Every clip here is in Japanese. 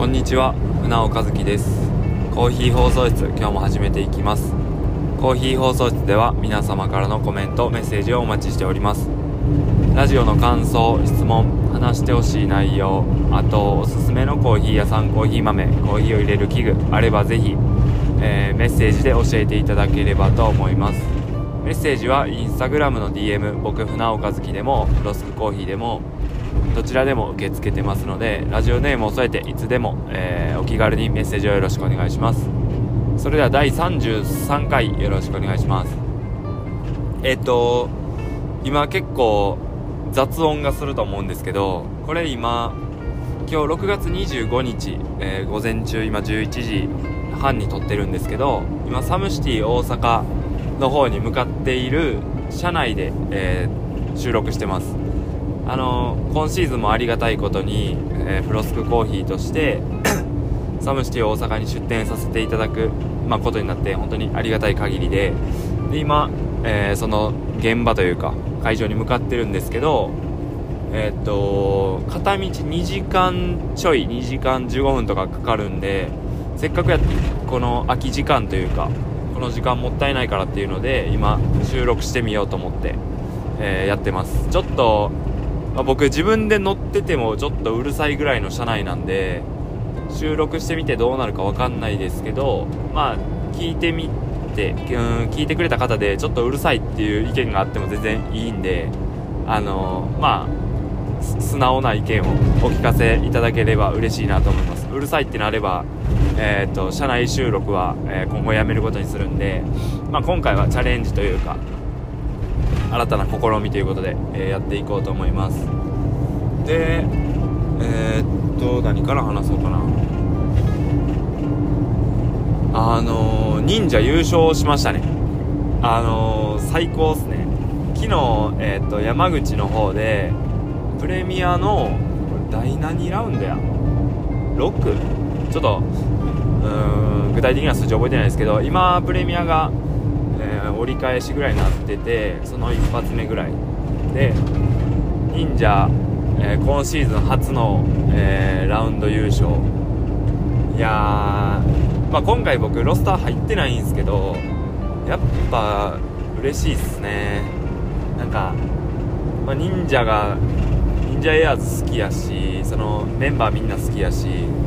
んにちは、船尾和樹です。コーヒー放送室、今日も始めていきます。コーヒー放送室では皆様からのコメント、メッセージをお待ちしております。ラジオの感想、質問、話してほしい内容、あとおすすめのコーヒー屋さん、コーヒー豆、コーヒーを入れる器具あればぜひ、メッセージで教えていただければと思います。メッセージはインスタグラムの DM、僕船尾和樹でもフロスクコーヒーでもどちらでも受け付けてますので、ラジオネームを添えていつでも、お気軽にメッセージをよろしくお願いします。それでは第33回よろしくお願いします。今結構雑音がすると思うんですけど、これ今日6月25日、午前中今11時半に撮ってるんですけど、今サムシティ大阪の方に向かっている車内で、収録してます。今シーズンもありがたいことに、フロスクコーヒーとしてサムシティ大阪に出店させていただく、ことになって本当にありがたい限りで、今、その現場というか会場に向かってるんですけど、片道2時間ちょい2時間15分とかかかるんで、せっかくこの空き時間というかこの時間もったいないからっていうので今収録してみようと思って、やってます。ちょっと僕自分で乗っててもちょっとうるさいぐらいの車内なんで、収録してみてどうなるか分かんないですけど、聞いてみて、聞いてくれた方でちょっとうるさいっていう意見があっても全然いいんで、素直な意見をお聞かせいただければ嬉しいなと思います。うるさいってなれば、車内収録は、今後やめることにするんで、今回はチャレンジというか新たな試みということで、やっていこうと思います。で、何から話そうかな。忍者優勝しましたね。最高っすね。昨日、山口の方でプレミアの第何ラウンドや 6? ちょっと具体的な数字覚えてないですけど、今プレミアが折り返しぐらいになってて、その一発目ぐらいで忍者、今シーズン初の、ラウンド優勝。いやー、今回僕ロスター入ってないんですけど、やっぱ嬉しいっすね。なんか、忍者エアーズ好きやし、そのメンバーみんな好きやし、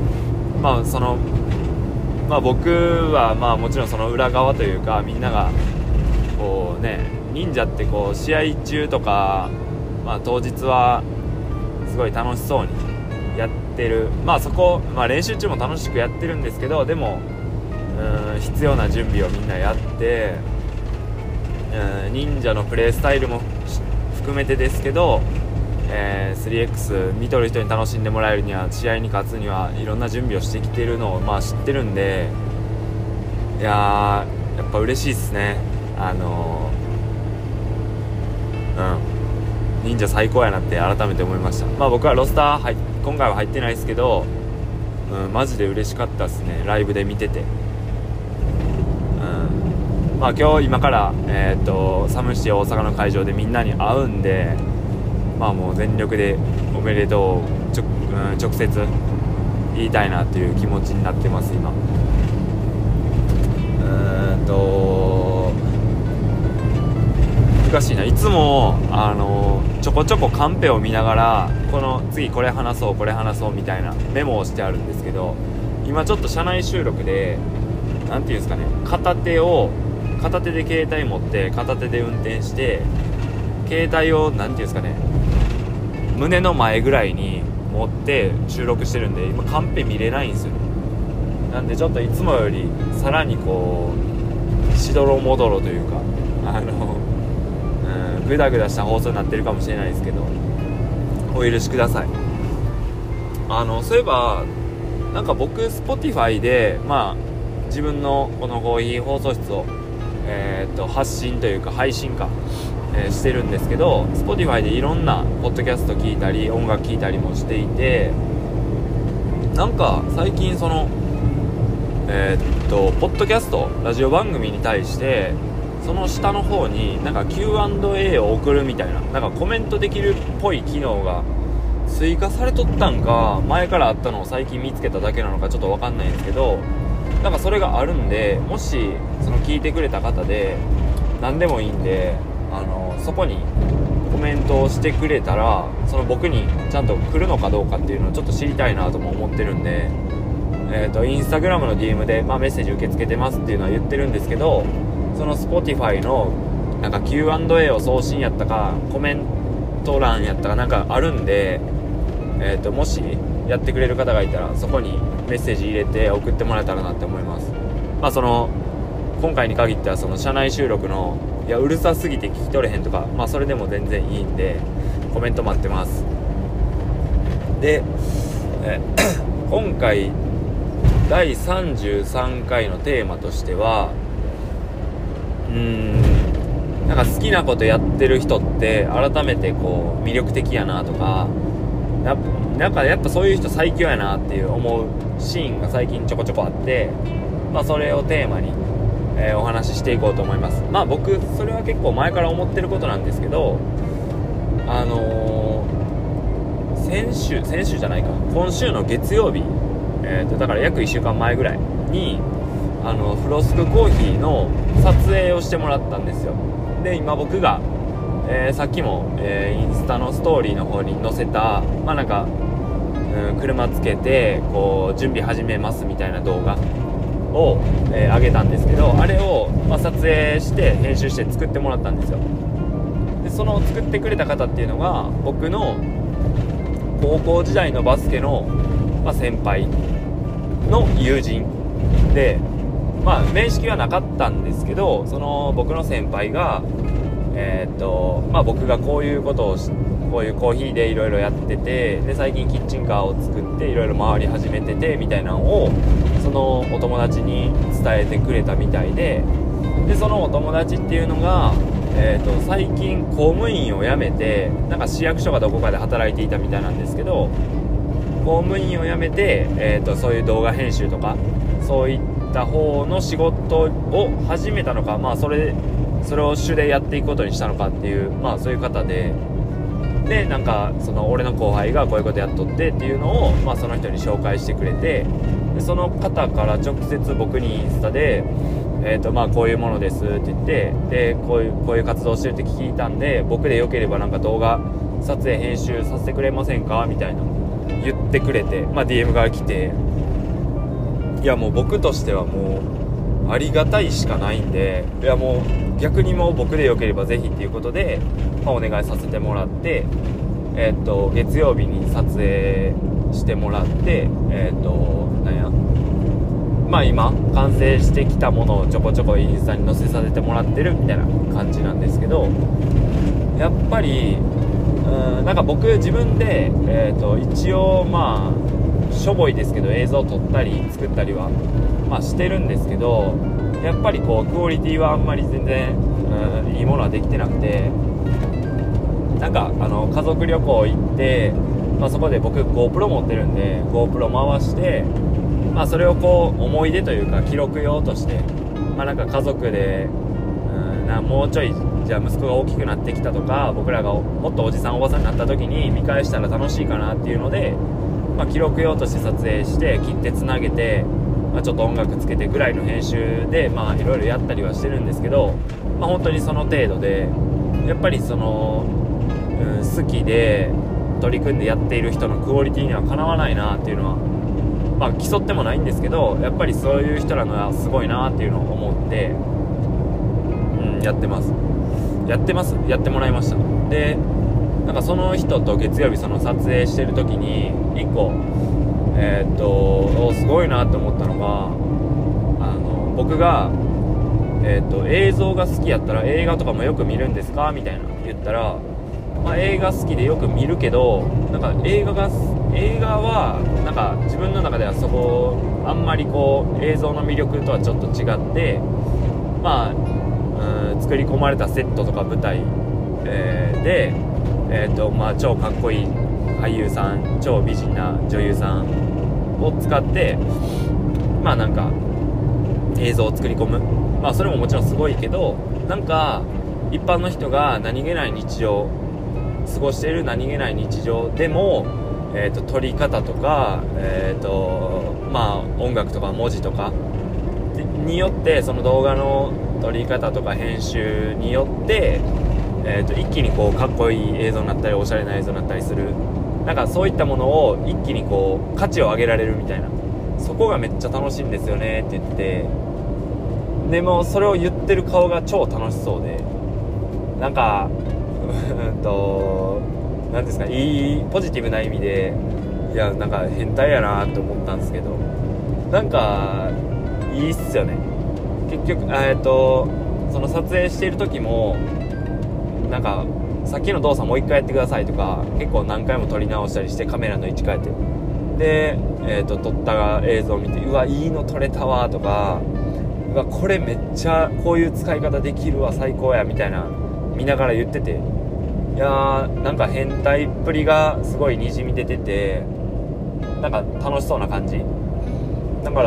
僕はもちろんその裏側というか、みんながこうね、忍者ってこう試合中とか、当日はすごい楽しそうにやってる、そこ、練習中も楽しくやってるんですけど、でも必要な準備をみんなやって、忍者のプレースタイルも含めてですけど、3X 見とる人に楽しんでもらえるには、試合に勝つにはいろんな準備をしてきてるのを知ってるんで、いやー、やっぱ嬉しいっすね。忍者最高やなって改めて思いました。僕はロスター今回は入ってないですけど、マジで嬉しかったっすね、ライブで見てて。今日今から、サムシティ大阪の会場でみんなに会うんで、もう全力でおめでとう直接言いたいなっていう気持ちになってます今。難しいな。いつもちょこちょこカンペを見ながら、この次これ話そうみたいなメモをしてあるんですけど、今ちょっと車内収録でなんていうんですかね、片手で携帯持って片手で運転して、携帯をなんていうんですかね、胸の前ぐらいに持って収録してるんで、今カンペ見れないんですよ。なんでちょっといつもよりさらにこうしどろもどろというか、グダグダした放送になってるかもしれないですけど、お許しください。そういえばなんか僕 Spotify で自分のこのコーヒー放送室を発信というか配信してるんですけど、 Spotify でいろんなポッドキャスト聞いたり音楽聞いたりもしていて、なんか最近そのポッドキャストラジオ番組に対してその下の方になんか Q&A を送るみたいな、なんかコメントできるっぽい機能が追加されとったんか前からあったのを最近見つけただけなのかちょっと分かんないんですけど、なんかそれがあるんで、もしその聞いてくれた方で何でもいいんで、そこにコメントをしてくれたら、その僕にちゃんと来るのかどうかっていうのをちょっと知りたいなとも思ってるんで、インスタグラムの DM で、メッセージ受け付けてますっていうのは言ってるんですけど、その Spotify のなんか Q&A を送信やったかコメント欄やったかなんかあるんで、もしやってくれる方がいたらそこにメッセージ入れて送ってもらえたらなって思います。今回に限ってはその車内収録のいやうるさすぎて聞き取れへんとか、それでも全然いいんでコメント待ってます。で、今回第33回のテーマとしては、なんか好きなことやってる人って改めてこう魅力的やなとか、なんかやっぱそういう人最強やなっていう思うシーンが最近ちょこちょこあって、それをテーマに、お話ししていこうと思います。僕それは結構前から思ってることなんですけど、先週じゃないか、今週の月曜日、だから約1週間前ぐらいにフロスクコーヒーの撮影をしてもらったんですよ。で今僕が、さっきも、インスタのストーリーの方に載せた、車つけてこう準備始めますみたいな動画を、上げたんですけど、あれを、撮影して編集して作ってもらったんですよ。でその作ってくれた方っていうのが僕の高校時代のバスケの、先輩の友人で、面識はなかったんですけど、その僕の先輩が僕がこういうことをこういうコーヒーでいろいろやってて、で最近キッチンカーを作っていろいろ回り始めててみたいなのをそのお友達に伝えてくれたみたいで、そのお友達っていうのが、最近公務員を辞めて、なんか市役所がどこかで働いていたみたいなんですけど、公務員を辞めて、そういう動画編集とかそういった方の仕事を始めたのか、それを主でやっていくことにしたのかっていう、そういう方で、なんかその俺の後輩がこういうことやっとってっていうのを、その人に紹介してくれて、でその方から直接僕にインスタで、こういうものですって言って、でこういう活動してるって聞いたんで、僕でよければなんか動画撮影編集させてくれませんかみたいな言ってくれて、DM が来て、いやもう僕としてはもうありがたいしかないんで、いやもう逆にもう僕でよければぜひっていうことで、お願いさせてもらって、月曜日に撮影してもらって、今完成してきたものをちょこちょこインスタに載せさせてもらってるみたいな感じなんですけど、やっぱりなんか僕自分で、一応しょぼいですけど映像を撮ったり作ったりは、してるんですけど、やっぱりこうクオリティはあんまり全然、いいものはできてなくて、なんか家族旅行行って、そこで僕 GoPro 持ってるんで GoPro 回して、それをこう思い出というか記録用として、なんか家族で、もうちょいじゃあ息子が大きくなってきたとか、僕らがもっとおじさんおばさんになった時に見返したら楽しいかなっていうので、記録用として撮影して切ってつなげて、ちょっと音楽つけてぐらいの編集でいろいろやったりはしてるんですけど、本当にその程度で、やっぱりその、好きで取り組んでやっている人のクオリティにはかなわないなっていうのは、競ってもないんですけど、やっぱりそういう人らのはすごいなっていうのを思って、やってもらいました。でなんかその人と月曜日その撮影してる時に一個すごいなって思ったのが、僕が映像が好きやったら映画とかもよく見るんですかみたいな言ったら、映画好きでよく見るけど、なんか映画はなんか自分の中ではそこあんまりこう映像の魅力とはちょっと違って、作り込まれたセットとか舞台、で超かっこいい俳優さん、超美人な女優さんを使ってなんか映像を作り込む、それももちろんすごいけど、なんか一般の人が何気ない日常過ごしている何気ない日常でも撮り方とか、音楽とか文字とかによって、その動画の撮り方とか編集によって、一気にこうかっこいい映像になったりおしゃれな映像になったりする、なんかそういったものを一気にこう価値を上げられるみたいな、そこがめっちゃ楽しいんですよねって言って、でもそれを言ってる顔が超楽しそうで、なんかなんですか、いいポジティブな意味で、いやなんか変態やなって思ったんですけど、なんかいいっすよね。結局その撮影している時もなんかさっきの動作もう一回やってくださいとか、結構何回も撮り直したりして、カメラの位置変えて、で、撮った映像を見て、うわいいの撮れたわとか、うわこれめっちゃこういう使い方できるわ最高やみたいな見ながら言ってて、いやーなんか変態っぷりがすごいにじみ出てて、なんか楽しそうな感じだから、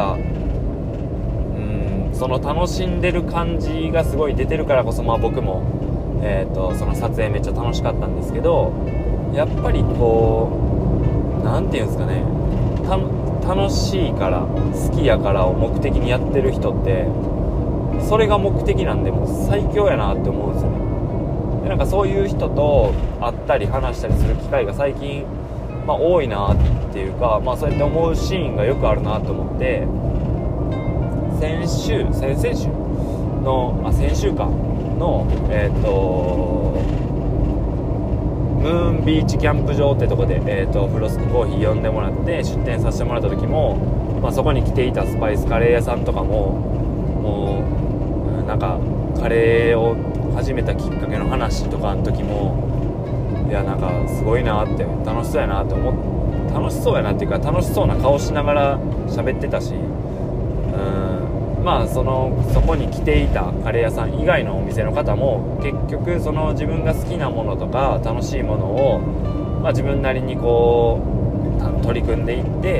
その楽しんでる感じがすごい出てるからこそ、僕もその撮影めっちゃ楽しかったんですけど、やっぱりこうなんていうんですかね、楽しいから好きやからを目的にやってる人って、それが目的なんでもう最強やなって思うんですよね。でなんかそういう人と会ったり話したりする機会が最近、多いなっていうか、そうやって思うシーンがよくあるなと思って、先々週の先週かのムーンビーチキャンプ場ってとこで、フロスクコーヒー呼んでもらって出店させてもらった時も、そこに来ていたスパイスカレー屋さんとかも、もうなんかカレーを始めたきっかけの話とかの時も、いやなんかすごいなって、楽しそうやなって楽しそうやなっていうか、楽しそうな顔しながら喋ってたし、そこに来ていたカレー屋さん以外のお店の方も結局その自分が好きなものとか楽しいものを、自分なりにこう取り組んでいって、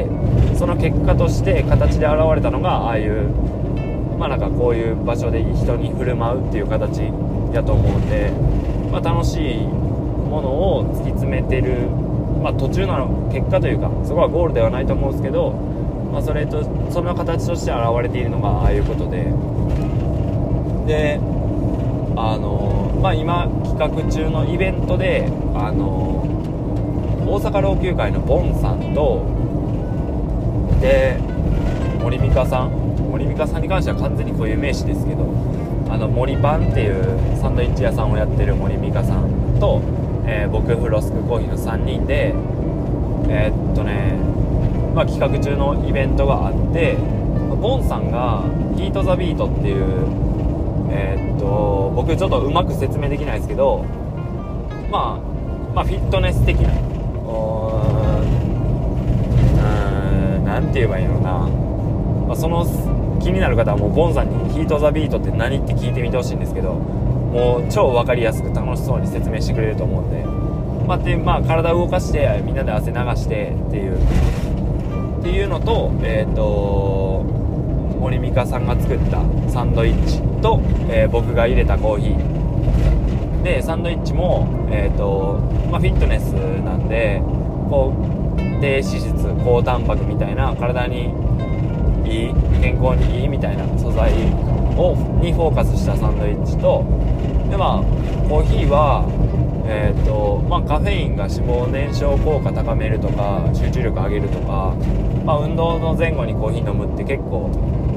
その結果として形で現れたのがああいう、なんかこういう場所で人に振る舞うっていう形やと思うんで、楽しいものを突き詰めてる、途中の結果というか、そこはゴールではないと思うんですけど、その形として現れているのがああいうことで、今企画中のイベントで大阪老朽会のボンさんとで森美香さんに関しては完全に固有名詞ですけど、森パンっていうサンドイッチ屋さんをやってる森美香さんと、僕フロスクコーヒーの3人で企画中のイベントがあって、ボンさんがヒートザビートっていう僕ちょっとうまく説明できないですけど、フィットネス的ななんて言えばいいのかな、その気になる方はもうボンさんにヒートザビートって何って聞いてみてほしいんですけど、もう超分かりやすく楽しそうに説明してくれると思うんで、体を動かしてみんなで汗流してっていうのと、森美香さんが作ったサンドイッチと、僕が入れたコーヒーで、サンドイッチも、フィットネスなんで、こう低脂質高タンパクみたいな、体にいい、健康にいいみたいな素材にフォーカスしたサンドイッチと、でコーヒーはカフェインが脂肪燃焼効果高めるとか集中力上げるとか、運動の前後にコーヒー飲むって結構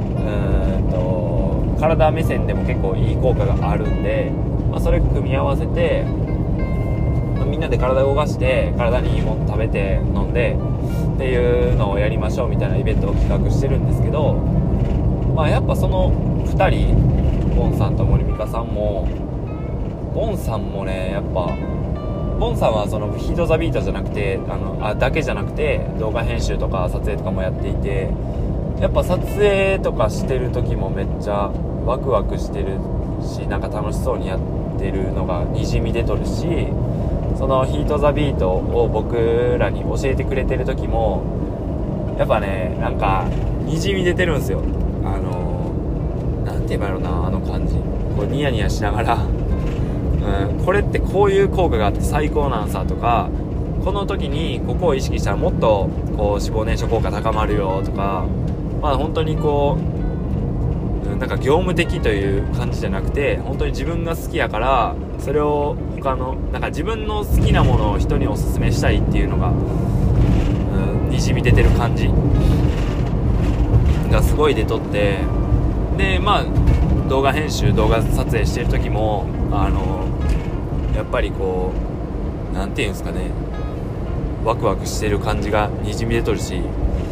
体目線でも結構いい効果があるんで、それ組み合わせて、みんなで体を動かして体にいいもの食べて飲んでっていうのをやりましょうみたいなイベントを企画してるんですけど、やっぱその2人、ボンさんと森美香さんも、ボンさんもね、やっぱボンさんはそのヒートザビートじゃなくてだけじゃなくて動画編集とか撮影とかもやっていて、やっぱ撮影とかしてる時もめっちゃワクワクしてるし、なんか楽しそうにやってるのがにじみ出とるし、そのヒートザビートを僕らに教えてくれてる時もやっぱね、なんかにじみ出てるんですよ。なんて言えばいいのかな、あの感じ、こうニヤニヤしながらこれってこういう効果があって最高なんさとか、 この時にここを意識したらもっとこう脂肪燃焼効果高まるよとか、本当にこうなんか業務的という感じじゃなくて、本当に自分が好きやからそれを他のなんか自分の好きなものを人におすすめしたいっていうのが、にじみ出てる感じがすごい出とって、で動画編集動画撮影してる時もやっぱりこうなんていうんですかね、ワクワクしてる感じがにじみ出とるし、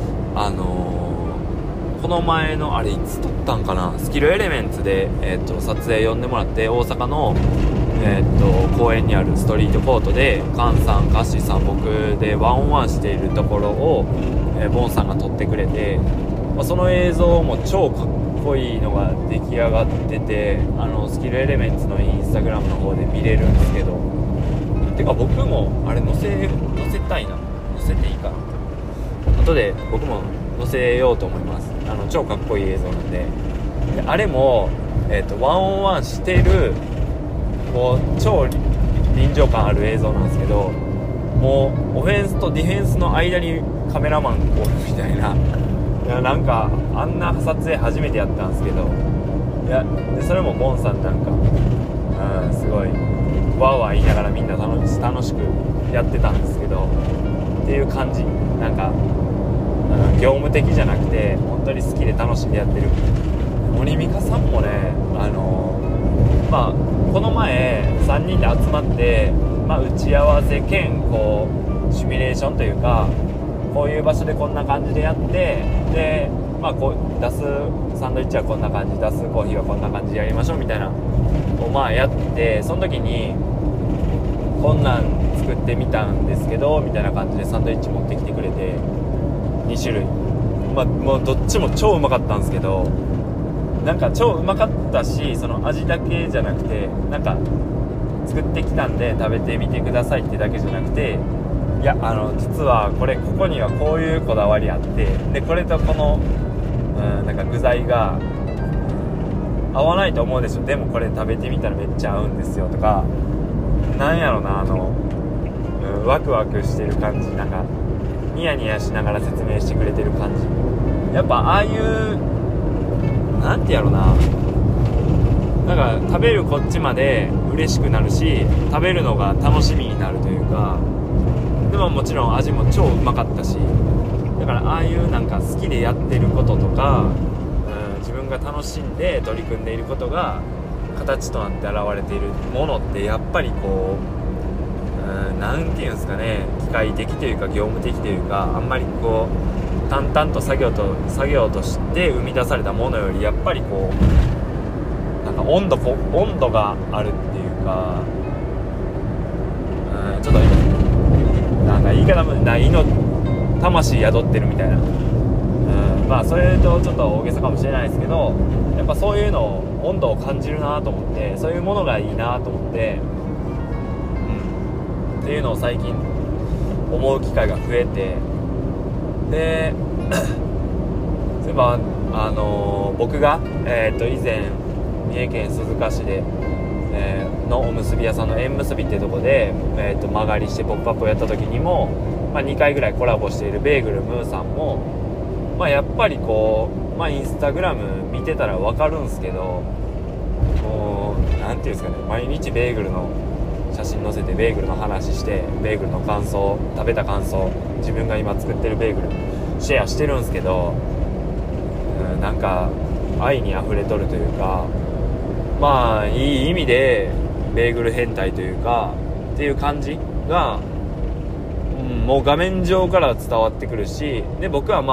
この前のあれいつ撮ったんかな、スキルエレメンツで、撮影呼んでもらって、大阪の、公園にあるストリートコートでカンさん、カッシーさん、僕でワンオンワンしているところを、ボンさんが撮ってくれて、その映像も超かっこいいのが出来上がってて、スキルエレメンツのインスタグラムの方で見れるんですけど、てか僕もあれ載せたいな、載せていいかな、後で僕も載せようと思います。超かっこいい映像なんで。あれも、ワンオンワンしてるもう超臨場感ある映像なんですけど、もうオフェンスとディフェンスの間にカメラマンおるみたいな、いやなんかあんな撮影初めてやったんですけど、いやでそれもボンさんなんか、すごいワーワー言いながらみんな楽しくやってたんですけどっていう感じ、なんか業務的じゃなくて本当に好きで楽しんでやってる。森美香さんもね、この前3人で集まって、打ち合わせ兼こうシミュレーションというか、こういう場所でこんな感じでやって、でこう出すサンドイッチはこんな感じ、出すコーヒーはこんな感じでやりましょうみたいなをやって、その時にこんなん作ってみたんですけどみたいな感じでサンドイッチ持ってきてくれて2種類、もうどっちも超うまかったんですけど、なんか超うまかったし、その味だけじゃなくて、なんか作ってきたんで食べてみてくださいってだけじゃなくて、いや実はここにはこういうこだわりあって、でこれとこの、なんか具材が、合わないと思うでしょ、でもこれ食べてみたらめっちゃ合うんですよとか、なんやろな、ワクワクしてる感じ、なんかニヤニヤしながら説明してくれてる感じ、やっぱああいうなんてやろな、なんか食べるこっちまで嬉しくなるし、食べるのが楽しみになるというか、でももちろん味も超うまかったし、だからああいうなんか好きでやってることとか、自分が楽しんで取り組んでいることが形となって現れているものって、やっぱりこう、なんていうんですかね、機械的というか業務的というか、あんまりこう淡々と作業として生み出されたものより、やっぱりこうなんか温度があるっていうか、ちょっとなんか言い方もないの、魂宿ってるみたいな、それとちょっと大げさかもしれないですけど、やっぱそういうのを温度を感じるなと思って、そういうものがいいなと思って、っていうのを最近思う機会が増えて、でそういえば僕が、以前三重県鈴鹿市で、のおむすび屋さんの縁結びっていうところで、間借りしてポップアップをやった時にも、2回ぐらいコラボしているベーグルムーさんも、やっぱりこう、インスタグラム見てたら分かるんですけど、もうなんていうんですかね、毎日ベーグルの写真載せてベーグルの話して、ベーグルの感想、食べた感想、自分が今作ってるベーグルシェアしてるんですけど、なんか愛にあふれとるというか、いい意味でベーグル変態というかっていう感じが、もう画面上から伝わってくるし、で僕は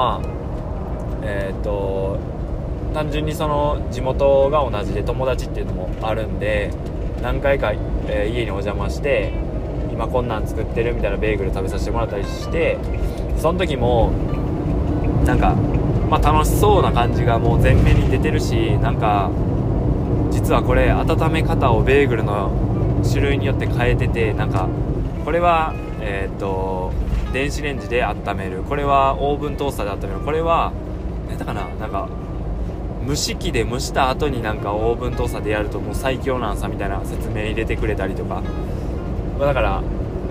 単純にその地元が同じで友達っていうのもあるんで、何回か、家にお邪魔して今こんなん作ってるみたいなベーグル食べさせてもらったりして、その時もなんか、楽しそうな感じがもう前面に出てるし、なんか実はこれ温め方をベーグルの種類によって変えてて、なんかこれは電子レンジで温める、これはオーブントースターで温める、これは何だかな、なんか蒸し器で蒸した後になんかオーブントースターでやるともう最強なんさみたいな説明入れてくれたりとか、だから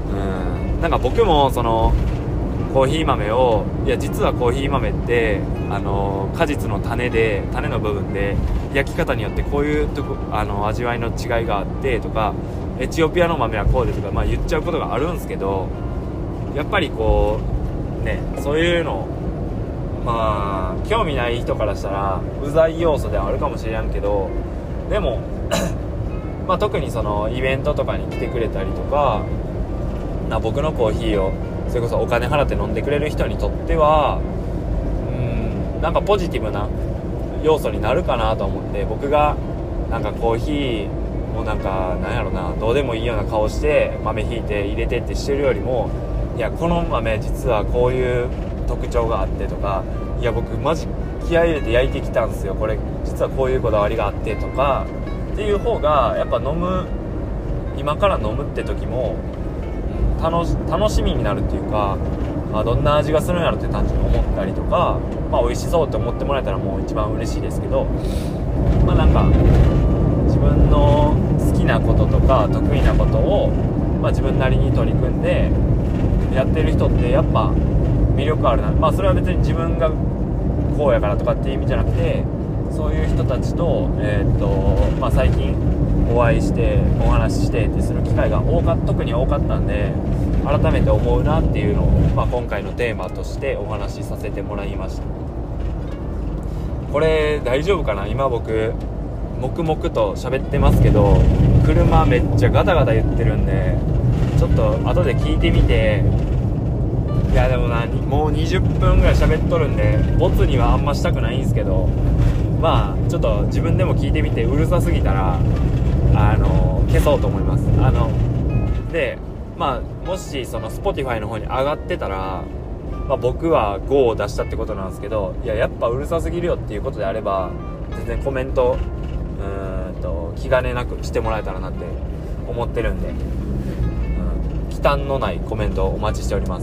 なんか僕もそのコーヒー豆を、いや実はコーヒー豆って果実の種の部分で焼き方によってこういうとこ味わいの違いがあってとか、エチオピアの豆はこうでとか、まあ、言っちゃうことがあるんですけど、やっぱりこうね、そういうのまあ興味ない人からしたらうざい要素ではあるかもしれんけど、でもまあ特にそのイベントとかに来てくれたりとか、僕のコーヒーをそれこそお金払って飲んでくれる人にとってはなんかポジティブな要素になるかなと思って、僕がなんかコーヒーもなんかなんやろな、どうでもいいような顔して豆ひいて入れてってしてるよりも、いやこの豆実はこういう特徴があってとか、いや僕マジ気合い入れて焼いてきたんですよ、これ実はこういうこだわりがあってとかっていう方がやっぱ今から飲むって時も楽しみになるっていうか、どんな味がするんやろって単純に思ったりとか、美味しそうって思ってもらえたらもう一番嬉しいですけど、なんか自分の好きなこととか得意なことを、自分なりに取り組んでやってる人ってやっぱ魅力あるな。それは別に自分がこうやからとかっていう意味じゃなくて、そういう人たちと、最近お会いしてお話ししてってする機会が特に多かったんで、改めて思うなっていうのを、今回のテーマとしてお話しさせてもらいました。これ大丈夫かな。今僕黙々と喋ってますけど、車めっちゃガタガタ言ってるんで、ちょっと後で聞いてみて、いやでももう20分ぐらい喋っとるんでボツにはあんましたくないんですけど、ちょっと自分でも聞いてみて、うるさすぎたら消そうと思います。でもしその Spotify の方に上がってたら、僕は5を出したってことなんですけど、やっぱうるさすぎるよっていうことであれば全然コメント気兼ねなくしてもらえたらなって思ってるんで、忌憚のないコメントをお待ちしております。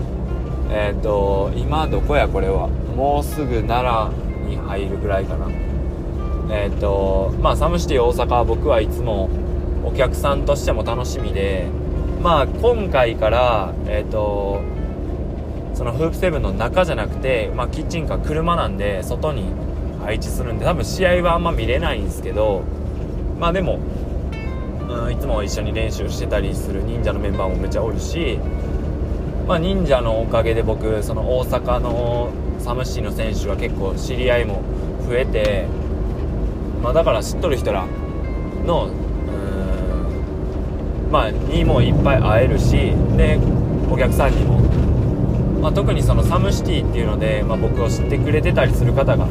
今どこや、これはもうすぐ奈良に入るぐらいかな。サムシティ大阪は僕はいつもお客さんとしても楽しみで、今回からそのフープセブンの中じゃなくて、キッチンカー車なんで外に配置するんで、多分試合はあんま見れないんですけど、でも、いつも一緒に練習してたりする忍者のメンバーもめっちゃおるし、忍者のおかげで僕その大阪のサムシティの選手は結構知り合いも増えて、だから知っとる人らのにもいっぱい会えるし、でお客さんにも、特にそのサムシティっていうので、僕を知ってくれてたりする方が、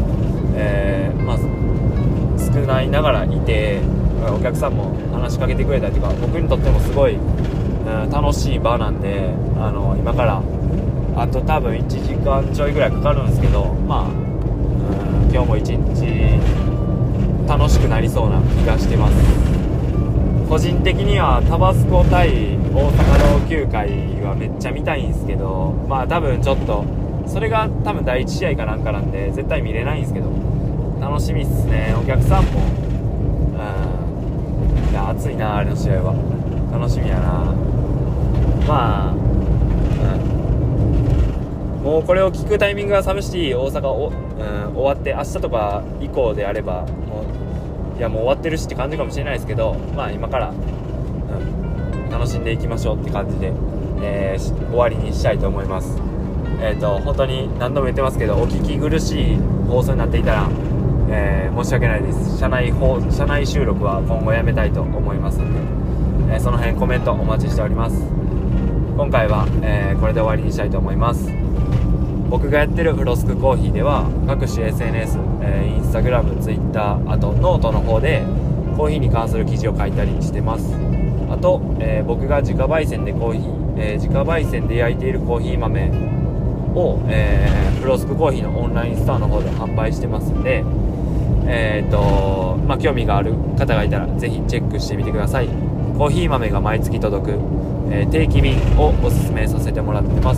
少ないながらいて、お客さんも話しかけてくれたりとか、僕にとってもすごい、楽しい場なんで、今からあと多分1時間ちょいぐらいかかるんですけど、今日も一日楽しくなりそうな気がしてます。個人的にはタバスコ対大阪同級会はめっちゃ見たいんですけど、多分ちょっとそれが多分第1試合かなんかなんで絶対見れないんですけど、楽しみっすね。お客さんもいや熱いな、あれの試合は楽しみやな。もうこれを聞くタイミングがサムシティ大阪終わって明日とか以降であればもう終わってるしって感じかもしれないですけど、今から、楽しんでいきましょうって感じで、終わりにしたいと思います。本当に何度も言ってますけど、お聞き苦しい放送になっていたら、申し訳ないです。社内収録は今後やめたいと思いますので、その辺コメントお待ちしております。今回は、これで終わりにしたいと思います。僕がやってるフロスクコーヒーでは各種 SNS、インスタグラム、ツイッター、あとノートの方でコーヒーに関する記事を書いたりしてます。あと、僕が自家焙煎で自家焙煎で焼いているコーヒー豆を、フロスクコーヒーのオンラインストアの方で販売してますんで、興味がある方がいたらぜひチェックしてみてください。コーヒー豆が毎月届く、定期便をおすすめさせてもらってます。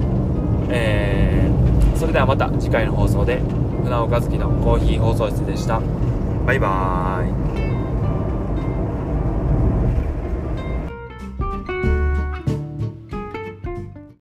それではまた次回の放送で、船尾和樹のコーヒー放送室でした。バイバーイ。